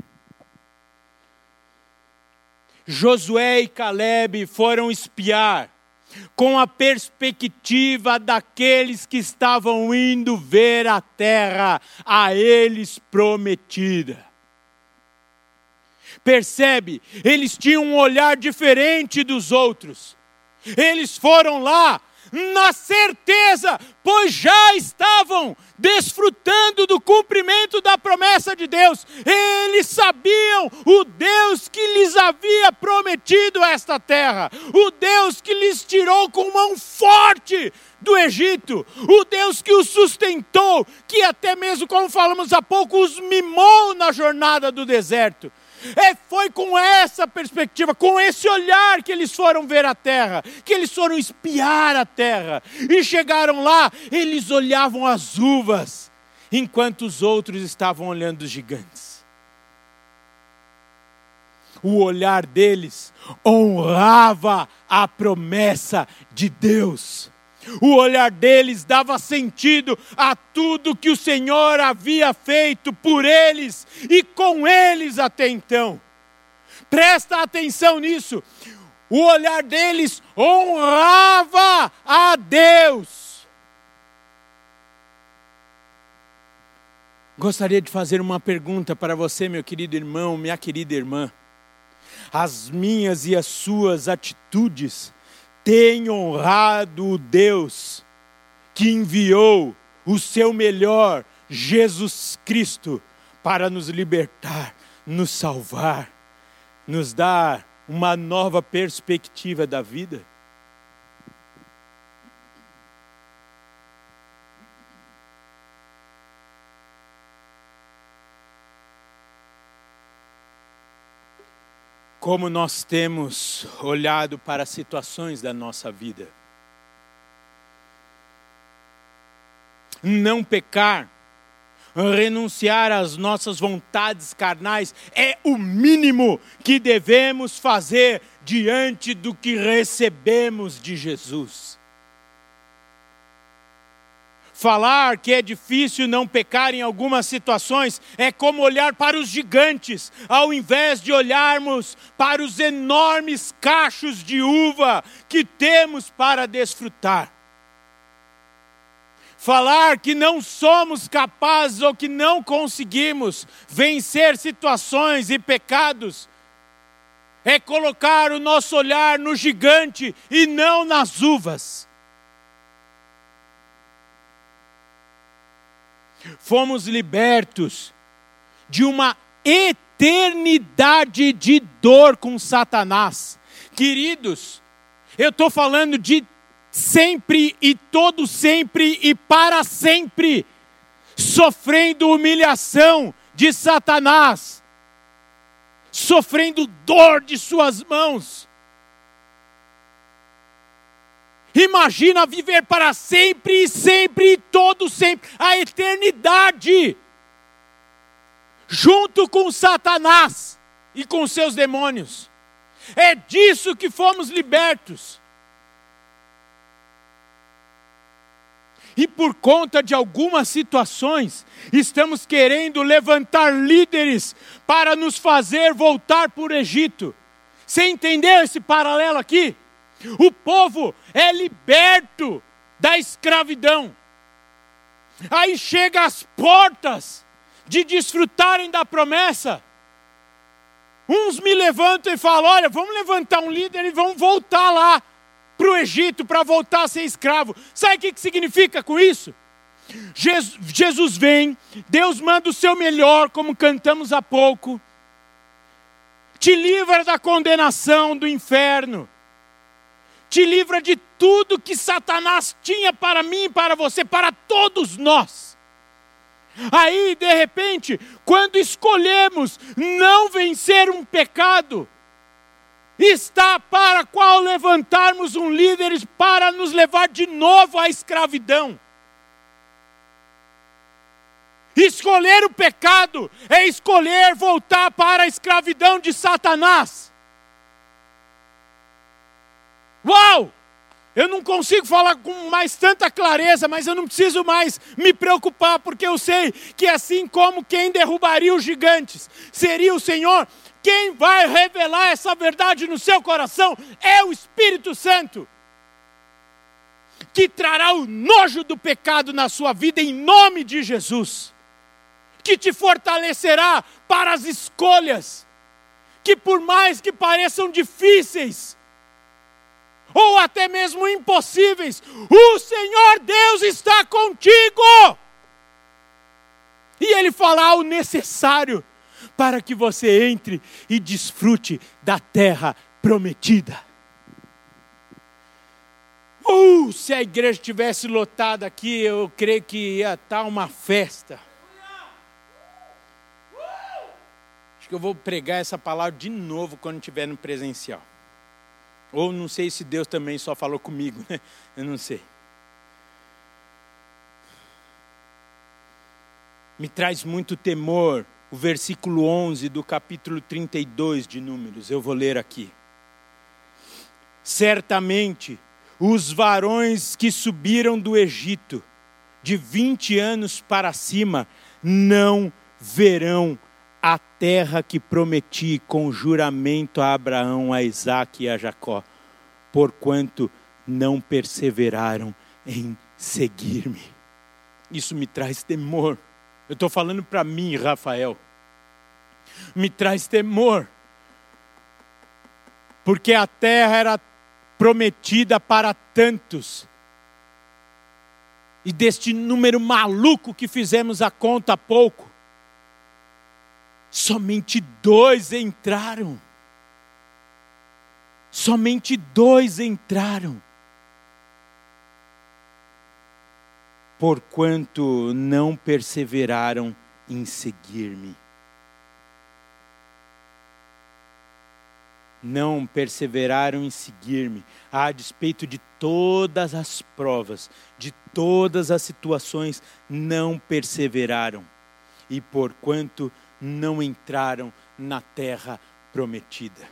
Josué e Caleb foram espiar com a perspectiva daqueles que estavam indo ver a terra a eles prometida. Percebe? Eles tinham um olhar diferente dos outros. Eles foram lá na certeza, pois já estavam desfrutando do cumprimento da promessa de Deus. Eles sabiam o Deus que lhes havia prometido esta terra, o Deus que lhes tirou com mão forte do Egito, o Deus que os sustentou, que até mesmo, como falamos há pouco, os mimou na jornada do deserto. É, foi com essa perspectiva, com esse olhar que eles foram ver a terra, que eles foram espiar a terra. E chegaram lá, eles olhavam as uvas, enquanto os outros estavam olhando os gigantes. O olhar deles honrava a promessa de Deus. O olhar deles dava sentido a tudo que o Senhor havia feito por eles e com eles até então. Presta atenção nisso. O olhar deles honrava a Deus. Gostaria de fazer uma pergunta para você, meu querido irmão, minha querida irmã. As minhas e as suas atitudes tem honrado o Deus que enviou o seu melhor, Jesus Cristo, para nos libertar, nos salvar, nos dar uma nova perspectiva da vida? como nós temos olhado para as situações da nossa vida. Não pecar, renunciar às nossas vontades carnais é o mínimo que devemos fazer diante do que recebemos de Jesus. Falar que é difícil não pecar em algumas situações é como olhar para os gigantes, ao invés de olharmos para os enormes cachos de uva que temos para desfrutar. Falar que não somos capazes ou que não conseguimos vencer situações e pecados é colocar o nosso olhar no gigante e não nas uvas. Fomos libertos de uma eternidade de dor com Satanás. Queridos, eu estou falando de sempre e todo sempre e para sempre, sofrendo humilhação de Satanás, sofrendo dor de suas mãos. Imagina viver para sempre e sempre e todo sempre, a eternidade, junto com Satanás e com seus demônios. É disso que fomos libertos. E por conta de algumas situações, estamos querendo levantar líderes para nos fazer voltar para o Egito. Você entendeu esse paralelo aqui? O povo é liberto da escravidão. Aí chega às portas de desfrutarem da promessa. Uns me levantam e falam, olha, vamos levantar um líder e vamos voltar lá para o Egito, para voltar a ser escravo. Sabe o que, que significa com isso? Jesus, Jesus vem, Deus manda o seu melhor, como cantamos há pouco. Te livra da condenação do inferno. Te livra de tudo que Satanás tinha para mim e para você, para todos nós. Aí, de repente, quando escolhemos não vencer um pecado, está para qual levantarmos um líder para nos levar de novo à escravidão. Escolher o pecado é escolher voltar para a escravidão de Satanás. Uau! Eu não consigo falar com mais tanta clareza, mas eu não preciso mais me preocupar, porque eu sei que assim como quem derrubaria os gigantes seria o Senhor, quem vai revelar essa verdade no seu coração é o Espírito Santo, que trará o nojo do pecado na sua vida em nome de Jesus, que te fortalecerá para as escolhas, que por mais que pareçam difíceis, ou até mesmo impossíveis, o Senhor Deus está contigo. E Ele fará o necessário para que você entre e desfrute da terra prometida. Uh, se a igreja estivesse lotada aqui, eu creio que ia estar uma festa. Acho que eu vou pregar essa palavra de novo quando estiver no presencial. Ou não sei se Deus também só falou comigo, né? Eu não sei. Me traz muito temor o versículo onze do capítulo trinta e dois de Números. Eu vou ler aqui. Certamente, os varões que subiram do Egito, de vinte anos para cima, não verão a terra que prometi com juramento a Abraão, a Isaque e a Jacó, porquanto não perseveraram em seguir-me. Isso me traz temor. Eu estou falando para mim, Rafael. Me traz temor. Porque a terra era prometida para tantos. E deste número maluco que fizemos a conta há pouco, somente dois entraram. Somente dois entraram. Porquanto não perseveraram em seguir-me. não perseveraram em seguir-me, a despeito de todas as provas, de todas as situações, não perseveraram. E porquanto não entraram na terra prometida.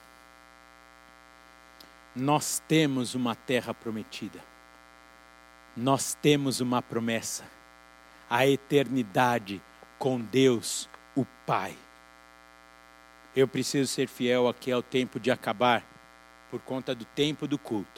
Nós temos uma terra prometida. Nós temos uma promessa. A eternidade com Deus, o Pai. Eu preciso ser fiel aqui ao tempo de acabar, por conta do tempo do culto.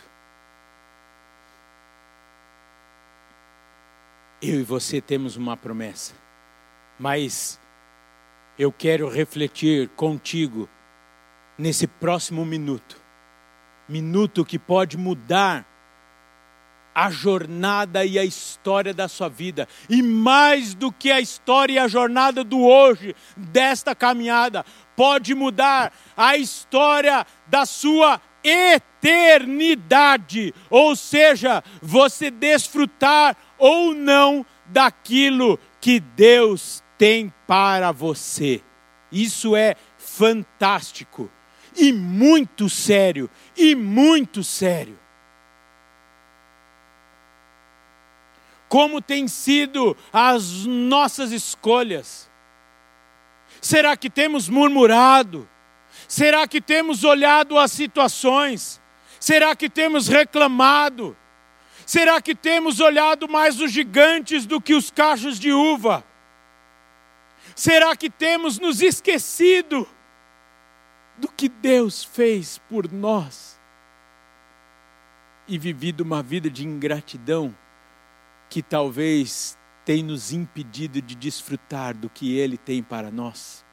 Eu e você temos uma promessa, mas eu quero refletir contigo nesse próximo minuto. Minuto que pode mudar a jornada e a história da sua vida. E mais do que a história e a jornada do hoje, desta caminhada, pode mudar a história da sua eternidade. Ou seja, você desfrutar ou não daquilo que Deus tem para você. Isso é fantástico e muito sério, e muito sério. Como tem sido as nossas escolhas? Será que temos murmurado? Será que temos olhado as situações? Será que temos reclamado? Será que temos olhado mais os gigantes do que os cachos de uva? Será que temos nos esquecido do que Deus fez por nós? E vivido uma vida de ingratidão que talvez tenha nos impedido de desfrutar do que Ele tem para nós?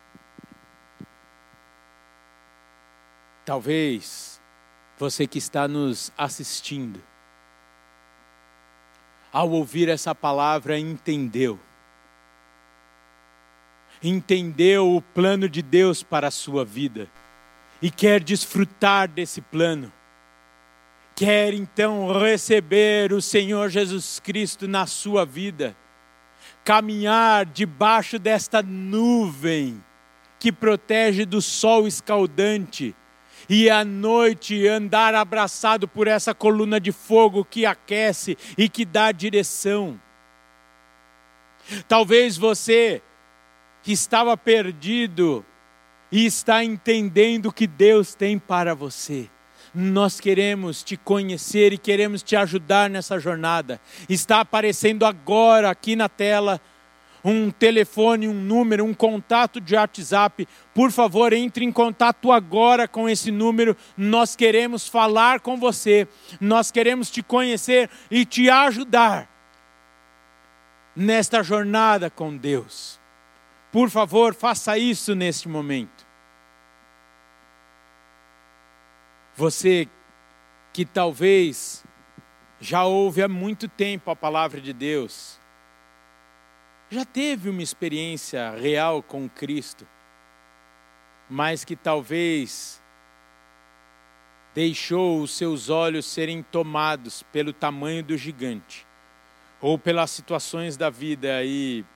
Talvez você que está nos assistindo, ao ouvir essa palavra, entendeu. Entendeu o plano de Deus para a sua vida e quer desfrutar desse plano. Quer então receber o Senhor Jesus Cristo na sua vida. Caminhar debaixo desta nuvem que protege do sol escaldante. E à noite andar abraçado por essa coluna de fogo que aquece e que dá direção. Talvez você que estava perdido e está entendendo o que Deus tem para você. Nós queremos te conhecer e queremos te ajudar nessa jornada. Está aparecendo agora aqui na tela um telefone, um número, um contato de WhatsApp. Por favor, entre em contato agora com esse número. Nós queremos falar com você. Nós queremos te conhecer e te ajudar nesta jornada com Deus. Por favor, faça isso neste momento. Você que talvez já ouve há muito tempo a palavra de Deus, já teve uma experiência real com Cristo, mas que talvez deixou os seus olhos serem tomados pelo tamanho do gigante, ou pelas situações da vida e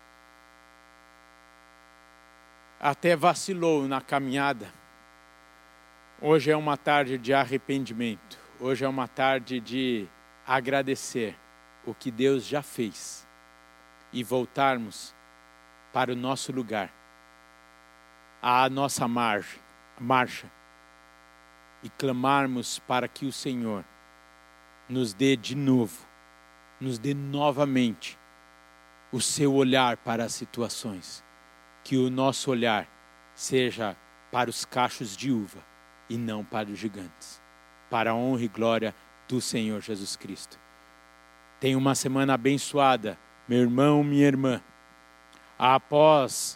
até vacilou na caminhada. Hoje é uma tarde de arrependimento. Hoje é uma tarde de agradecer o que Deus já fez e voltarmos para o nosso lugar, à nossa margem, marcha, e clamarmos para que o Senhor nos dê de novo, nos dê novamente o seu olhar para as situações, que o nosso olhar seja para os cachos de uva e não para os gigantes, para a honra e glória do Senhor Jesus Cristo. Tenha uma semana abençoada, meu irmão, minha irmã. Após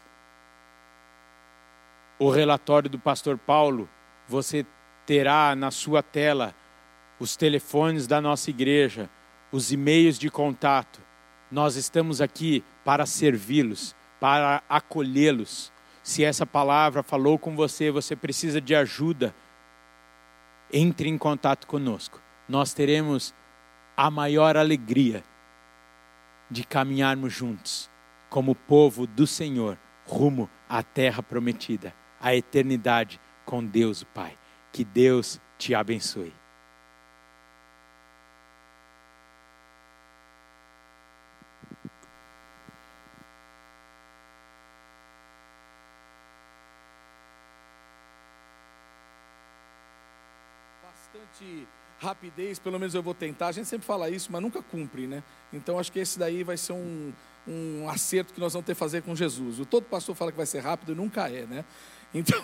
o relatório do pastor Paulo, você terá na sua tela os telefones da nossa igreja, os e-mails de contato. Nós estamos aqui para servi-los, para acolhê-los. Se essa palavra falou com você, você precisa de ajuda, entre em contato conosco. Nós teremos a maior alegria de caminharmos juntos, como povo do Senhor, rumo à terra prometida, à eternidade com Deus o Pai. Que Deus te abençoe. Bastante rapidez, pelo menos eu vou tentar. A gente sempre fala isso, mas nunca cumpre, né? Então acho que esse daí vai ser um, um acerto que nós vamos ter que fazer com Jesus. O todo pastor fala que vai ser rápido e nunca é, né? Então,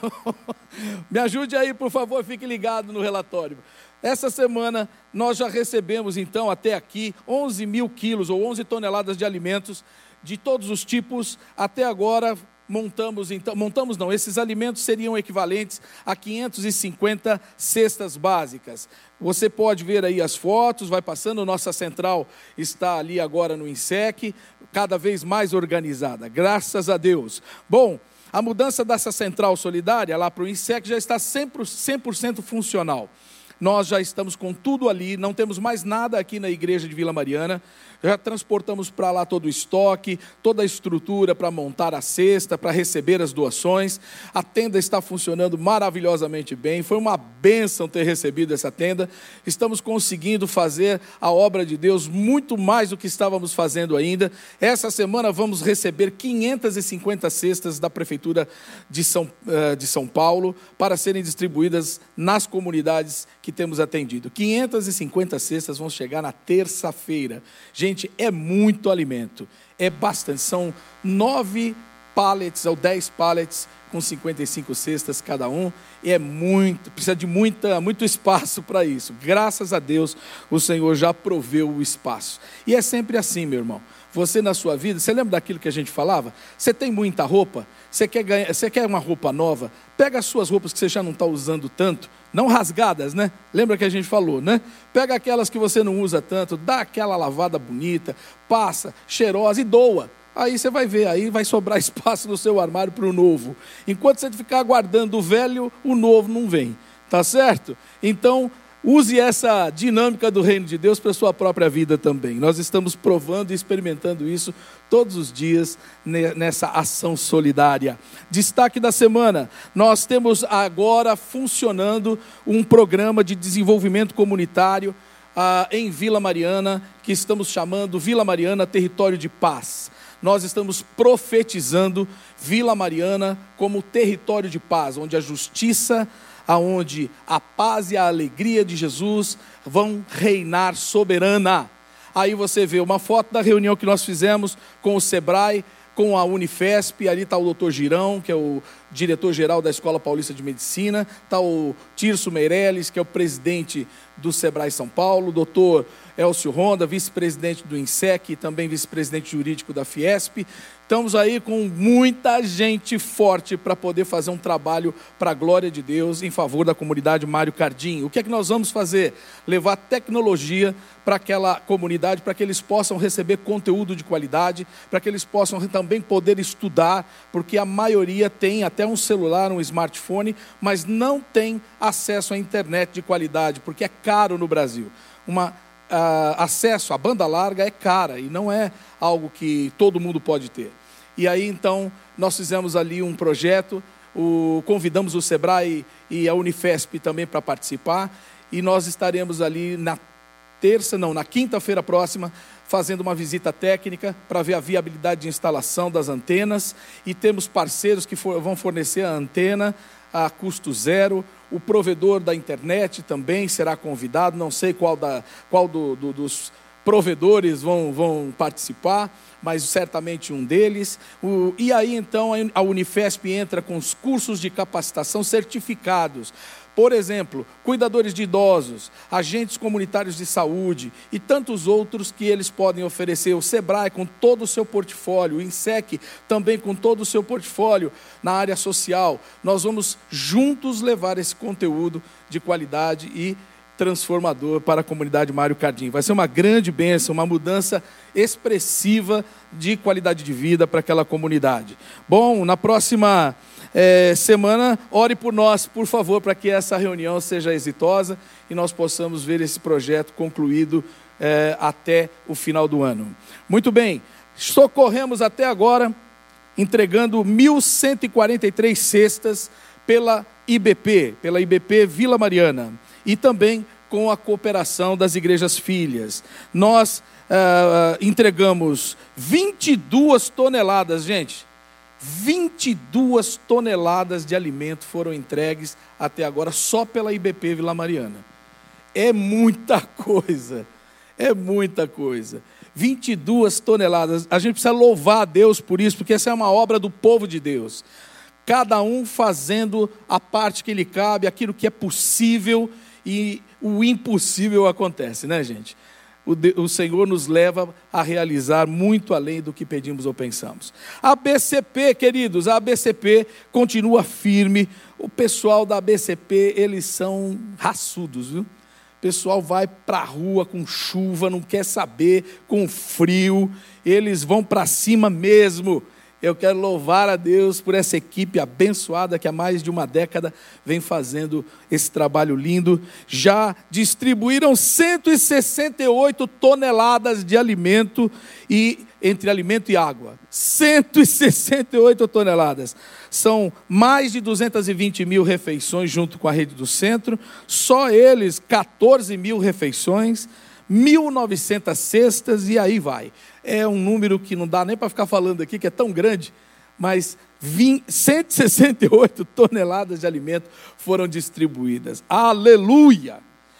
me ajude aí, por favor, fique ligado no relatório. Essa semana nós já recebemos, então, até aqui, onze mil quilos ou onze toneladas de alimentos de todos os tipos. Até agora, montamos, então, montamos não, esses alimentos seriam equivalentes a quinhentas e cinquenta cestas básicas. Você pode ver aí as fotos, vai passando, nossa central está ali agora no INSEC, cada vez mais organizada, graças a Deus. Bom, a mudança dessa central solidária lá para o INSEC já está cem por cento funcional. Nós já estamos com tudo ali, não temos mais nada aqui na igreja de Vila Mariana. Já transportamos para lá todo o estoque, toda a estrutura para montar a cesta, para receber as doações. A tenda está funcionando maravilhosamente bem. Foi uma bênção ter recebido essa tenda. Estamos conseguindo fazer a obra de Deus muito mais do que estávamos fazendo ainda. Essa semana vamos receber quinhentas e cinquenta cestas da Prefeitura de São, de São Paulo para serem distribuídas nas comunidades que temos atendido. quinhentas e cinquenta cestas vão chegar na terça-feira. Gente, é muito alimento, é bastante, são nove pallets ou dez pallets com cinquenta e cinco cestas cada um, e é muito, precisa de muita, muito espaço para isso. Graças a Deus o Senhor já proveu o espaço, e é sempre assim, meu irmão. Você na sua vida, você lembra daquilo que a gente falava? Você tem muita roupa, você quer, ganhar, você quer uma roupa nova, pega as suas roupas que você já não está usando tanto, não rasgadas, né? Lembra que a gente falou, né? Pega aquelas que você não usa tanto, dá aquela lavada bonita, passa, cheirosa e doa. Aí você vai ver, aí vai sobrar espaço no seu armário para o novo. Enquanto você ficar aguardando o velho, o novo não vem, tá certo? Então, use essa dinâmica do reino de Deus para a sua própria vida também. Nós estamos provando e experimentando isso todos os dias nessa ação solidária. Destaque da semana, nós temos agora funcionando um programa de desenvolvimento comunitário ah, em Vila Mariana, que estamos chamando Vila Mariana Território de Paz. Nós estamos profetizando Vila Mariana como território de paz, onde a justiça, aonde a paz e a alegria de Jesus vão reinar soberana. Aí você vê uma foto da reunião que nós fizemos com o Sebrae, com a Unifesp, ali está o doutor Girão, que é o diretor-geral da Escola Paulista de Medicina, está o Tirso Meirelles, que é o presidente do Sebrae São Paulo, o doutor Elcio Ronda, vice-presidente do INSEC e também vice-presidente jurídico da Fiesp. Estamos aí com muita gente forte para poder fazer um trabalho para a glória de Deus em favor da comunidade Mário Cardim. O que é que nós vamos fazer? Levar tecnologia para aquela comunidade, para que eles possam receber conteúdo de qualidade, para que eles possam também poder estudar, porque a maioria tem até um celular, um smartphone, mas não tem acesso à internet de qualidade, porque é caro no Brasil. Uma Uh, acesso à banda larga é cara e não é algo que todo mundo pode ter. E aí então nós fizemos ali um projeto, o, convidamos o Sebrae e a Unifesp também para participar, e nós estaremos ali na terça, não, na quinta-feira próxima, fazendo uma visita técnica para ver a viabilidade de instalação das antenas, e temos parceiros que for, vão fornecer a antena a custo zero. O provedor da internet também será convidado, não sei qual, da, qual do, do, dos provedores vão, vão participar, mas certamente um deles. O, e aí então a Unifesp entra com os cursos de capacitação certificados. Por exemplo, cuidadores de idosos, agentes comunitários de saúde e tantos outros que eles podem oferecer. O Sebrae com todo o seu portfólio, o INSEC também com todo o seu portfólio na área social. Nós vamos juntos levar esse conteúdo de qualidade e transformador para a comunidade Mário Cardim. Vai ser uma grande bênção, uma mudança expressiva de qualidade de vida para aquela comunidade. Bom, na próxima É, semana, ore por nós, por favor, para que essa reunião seja exitosa e nós possamos ver esse projeto concluído é, até o final do ano. Muito bem, socorremos até agora, entregando mil cento e quarenta e três cestas pela I B P, pela I B P Vila Mariana, e também com a cooperação das igrejas filhas. Nós uh, entregamos vinte e duas toneladas, gente, vinte e duas toneladas de alimento foram entregues até agora, só pela I B P Vila Mariana. É muita coisa, é muita coisa. vinte e duas toneladas, a gente precisa louvar a Deus por isso, porque essa é uma obra do povo de Deus. Cada um fazendo a parte que lhe cabe, aquilo que é possível, e o impossível acontece, né, gente? O, de, o Senhor nos leva a realizar muito além do que pedimos ou pensamos. A B C P, queridos, a B C P continua firme. O pessoal da B C P, eles são raçudos, viu? O pessoal vai para a rua com chuva, não quer saber, com frio, eles vão para cima mesmo. Eu quero louvar a Deus por essa equipe abençoada que há mais de uma década vem fazendo esse trabalho lindo. Já distribuíram cento e sessenta e oito toneladas de alimento, e, entre alimento e água. cento e sessenta e oito toneladas. São mais de duzentas e vinte mil refeições junto com a rede do centro. Só eles, quatorze mil refeições, mil e novecentas cestas, e aí vai. É um número que não dá nem para ficar falando aqui, que é tão grande, mas cento e sessenta e oito toneladas de alimento foram distribuídas. Aleluia!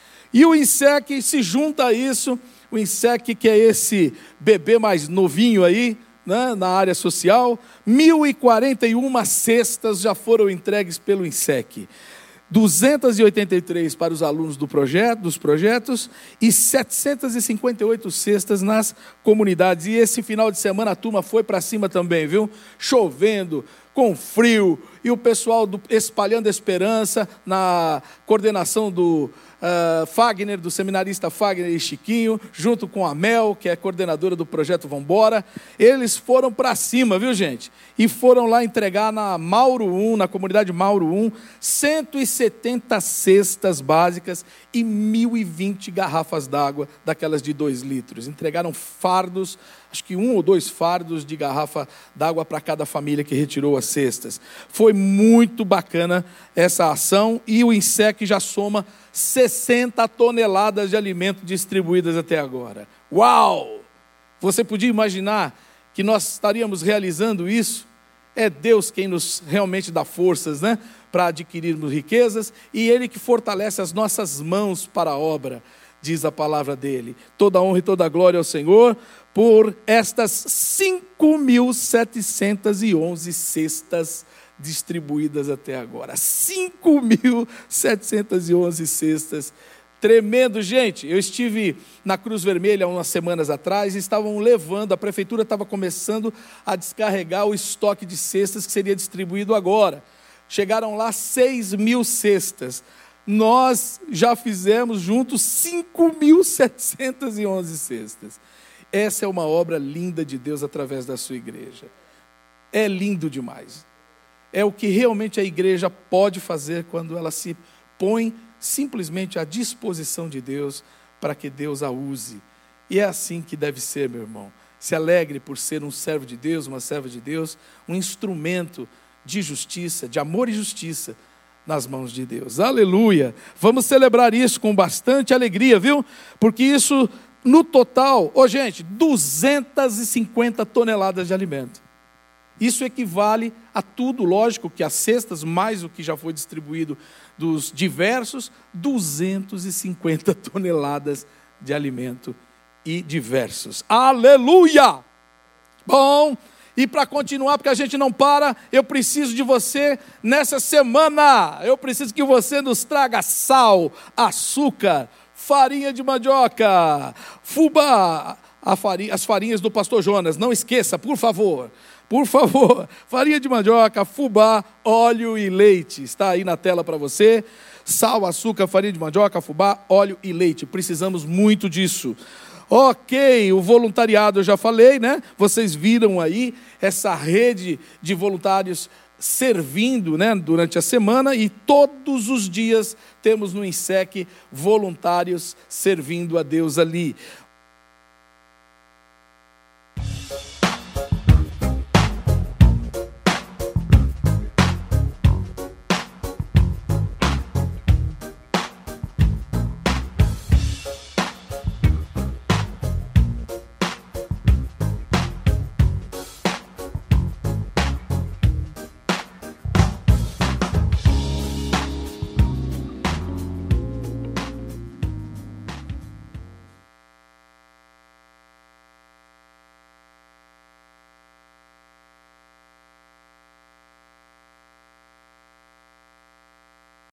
E o INSEC se junta a isso, o INSEC, que é esse bebê mais novinho aí, né, na área social, mil e quarenta e uma cestas já foram entregues pelo INSEC. duzentas e oitenta e três para os alunos do projeto, dos projetos, e setecentas e cinquenta e oito cestas nas comunidades. E esse final de semana a turma foi para cima também, viu? Chovendo, com frio, e o pessoal do, espalhando esperança na coordenação do uh, Fagner, do seminarista Fagner e Chiquinho, junto com a Mel, que é coordenadora do projeto Vambora. Eles foram para cima, viu, gente? E foram lá entregar na Mauro um, na comunidade Mauro um, cento e setenta cestas básicas e mil e vinte garrafas d'água, daquelas de dois litros. Entregaram fardos, acho que um ou dois fardos de garrafa d'água para cada família que retirou as cestas. Foi muito bacana essa ação, e o INSEC já soma sessenta toneladas de alimento distribuídas até agora. Uau! Você podia imaginar que nós estaríamos realizando isso? É Deus quem nos realmente dá forças, né, para adquirirmos riquezas, e Ele que fortalece as nossas mãos para a obra, diz a palavra dele. Toda honra e toda glória ao Senhor por estas cinco mil setecentas e onze cestas distribuídas até agora. cinco mil setecentas e onze cestas. Tremendo, gente. Eu estive na Cruz Vermelha umas semanas atrás e estavam levando, a prefeitura estava começando a descarregar o estoque de cestas que seria distribuído agora. Chegaram lá seis mil cestas. Nós já fizemos juntos cinco mil setecentas e onze cestas. Essa é uma obra linda de Deus através da sua igreja. É lindo demais. É o que realmente a igreja pode fazer quando ela se põe simplesmente à disposição de Deus para que Deus a use. E é assim que deve ser, meu irmão. Se alegre por ser um servo de Deus, uma serva de Deus, um instrumento de justiça, de amor e justiça nas mãos de Deus. Aleluia! Vamos celebrar isso com bastante alegria, viu? Porque isso, no total, ô gente, duzentas e cinquenta toneladas de alimento. Isso equivale a tudo, lógico que as cestas, mais o que já foi distribuído dos diversos, duzentas e cinquenta toneladas de alimento e diversos. Aleluia! Bom, e para continuar, porque a gente não para, eu preciso de você nessa semana. Eu preciso que você nos traga sal, açúcar, farinha de mandioca, fubá, a farinha, as farinhas do pastor Jonas. Não esqueça, por favor. Por favor, farinha de mandioca, fubá, óleo e leite. Está aí na tela para você. Sal, açúcar, farinha de mandioca, fubá, óleo e leite. Precisamos muito disso. Ok, o voluntariado eu já falei, né? Vocês viram aí essa rede de voluntários servindo, né, durante a semana, e todos os dias temos no INSEC voluntários servindo a Deus ali.